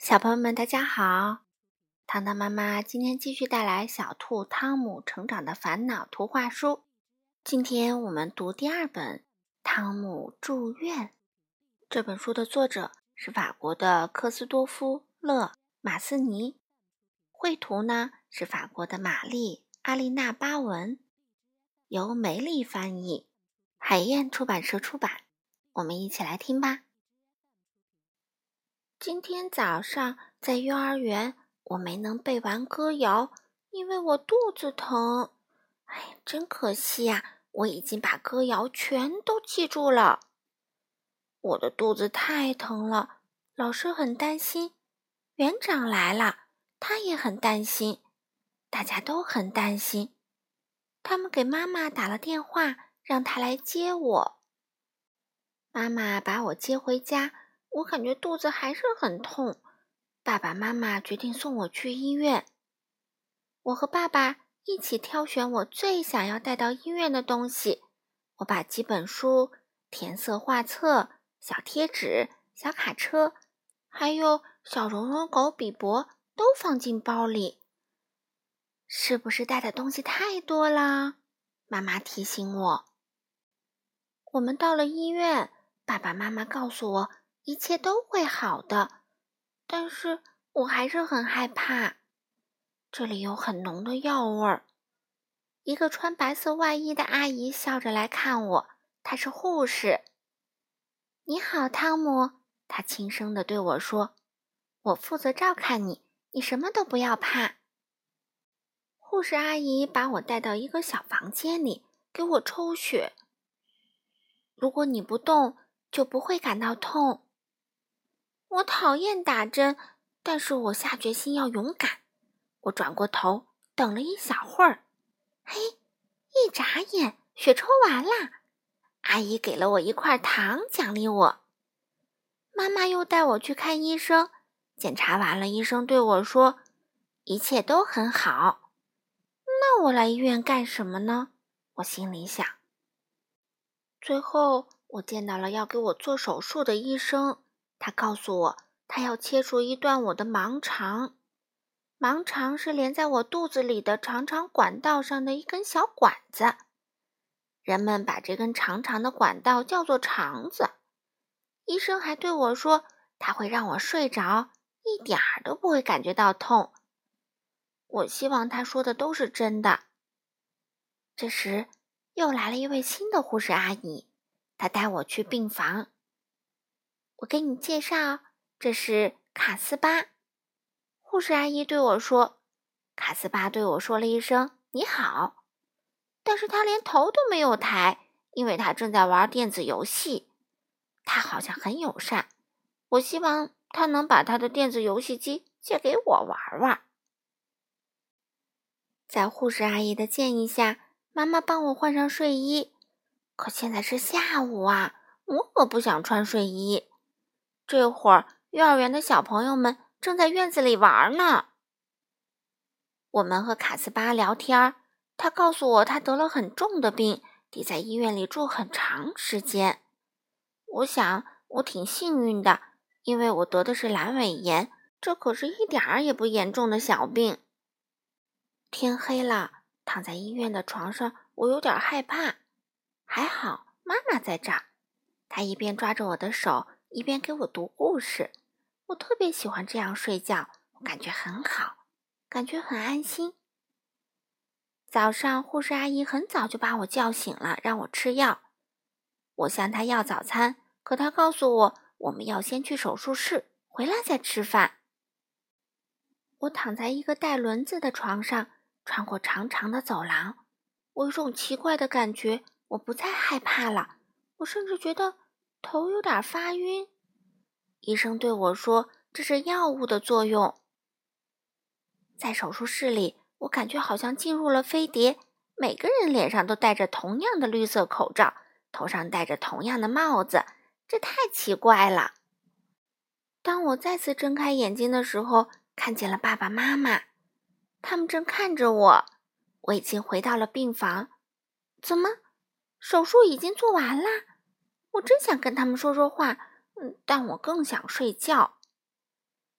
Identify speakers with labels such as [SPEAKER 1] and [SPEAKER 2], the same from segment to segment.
[SPEAKER 1] 小朋友们，大家好！糖糖妈妈今天继续带来小兔汤姆成长的烦恼图画书。今天我们读第2本《汤姆住院》。这本书的作者是法国的科斯多夫·勒马斯尼，绘图呢是法国的玛丽·阿丽娜·巴文，由梅丽翻译，海燕出版社出版。我们一起来听吧。今天早上在幼儿园，我没能背完歌谣，因为我肚子疼。真可惜呀，我已经把歌谣全都记住了。我的肚子太疼了，老师很担心，园长来了，他也很担心，大家都很担心。他们给妈妈打了电话，让她来接我。妈妈把我接回家，我感觉肚子还是很痛。爸爸妈妈决定送我去医院。我和爸爸一起挑选我最想要带到医院的东西。我把几本书、填色画册、小贴纸、小卡车，还有小绒绒狗比伯都放进包里。是不是带的东西太多了？妈妈提醒我。我们到了医院，爸爸妈妈告诉我一切都会好的，但是我还是很害怕。这里有很浓的药味儿。一个穿白色外衣的阿姨笑着来看我，她是护士。你好，汤姆，她轻声地对我说，我负责照看你，你什么都不要怕。护士阿姨把我带到一个小房间里，给我抽血。如果你不动，就不会感到痛。我讨厌打针，但是我下决心要勇敢。我转过头，等了一小会儿。嘿，一眨眼，血抽完了。阿姨给了我一块糖奖励我。妈妈又带我去看医生，检查完了，医生对我说，一切都很好。那我来医院干什么呢？我心里想。最后，我见到了要给我做手术的医生，他告诉我，他要切除一段我的盲肠。盲肠是连在我肚子里的长长管道上的一根小管子。人们把这根长长的管道叫做肠子。医生还对我说，他会让我睡着，一点儿都不会感觉到痛。我希望他说的都是真的。这时，又来了一位新的护士阿姨，她带我去病房。我给你介绍，这是卡斯巴。护士阿姨对我说，卡斯巴对我说了一声你好，但是他连头都没有抬，因为他正在玩电子游戏。他好像很友善，我希望他能把他的电子游戏机借给我玩玩。在护士阿姨的建议下，妈妈帮我换上睡衣。可现在是下午啊，我可不想穿睡衣。这会儿幼儿园的小朋友们正在院子里玩呢。我们和卡斯巴聊天，他告诉我他得了很重的病，得在医院里住很长时间。我想我挺幸运的，因为我得的是阑尾炎，这可是一点儿也不严重的小病。天黑了，躺在医院的床上，我有点害怕。还好妈妈在这儿，她一边抓着我的手，一边给我读故事。我特别喜欢这样睡觉，我感觉很好，感觉很安心。早上护士阿姨很早就把我叫醒了，让我吃药。我向她要早餐，可她告诉我们要先去手术室，回来再吃饭。我躺在一个带轮子的床上，穿过长长的走廊。我有种奇怪的感觉，我不再害怕了，我甚至觉得头有点发晕。医生对我说，这是药物的作用。在手术室里，我感觉好像进入了飞碟，每个人脸上都戴着同样的绿色口罩，头上戴着同样的帽子，这太奇怪了。当我再次睁开眼睛的时候，看见了爸爸妈妈，他们正看着我。我已经回到了病房。怎么，手术已经做完了？我真想跟他们说说话，但我更想睡觉。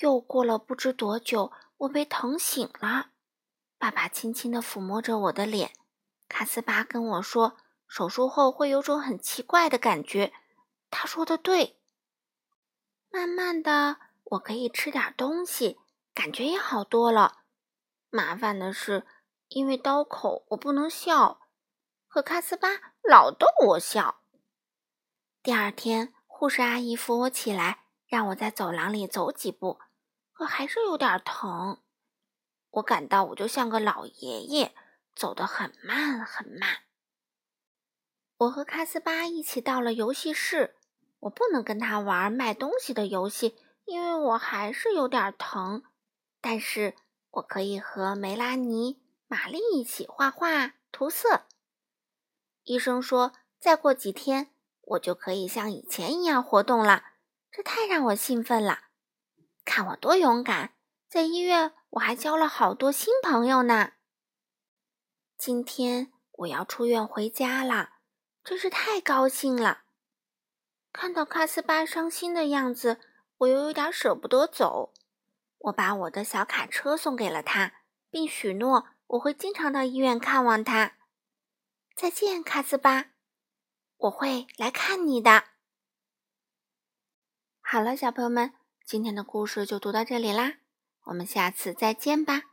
[SPEAKER 1] 又过了不知多久，我被疼醒了。爸爸轻轻地抚摸着我的脸。卡斯巴跟我说，手术后会有种很奇怪的感觉。他说的对。慢慢的，我可以吃点东西，感觉也好多了。麻烦的是，因为刀口，我不能笑，可卡斯巴老逗我笑。第二天，护士阿姨扶我起来，让我在走廊里走几步，可还是有点疼。我感到我就像个老爷爷，走得很慢很慢。我和卡斯巴一起到了游戏室，我不能跟他玩卖东西的游戏，因为我还是有点疼。但是我可以和梅拉尼、玛丽一起画画、涂色。医生说，再过几天，我就可以像以前一样活动了，这太让我兴奋了。看我多勇敢，在医院我还交了好多新朋友呢。今天我要出院回家了，真是太高兴了。看到卡斯巴伤心的样子，我又有点舍不得走。我把我的小卡车送给了他，并许诺我会经常到医院看望他。再见，卡斯巴，我会来看你的。好了，小朋友们，今天的故事就读到这里啦，我们下次再见吧。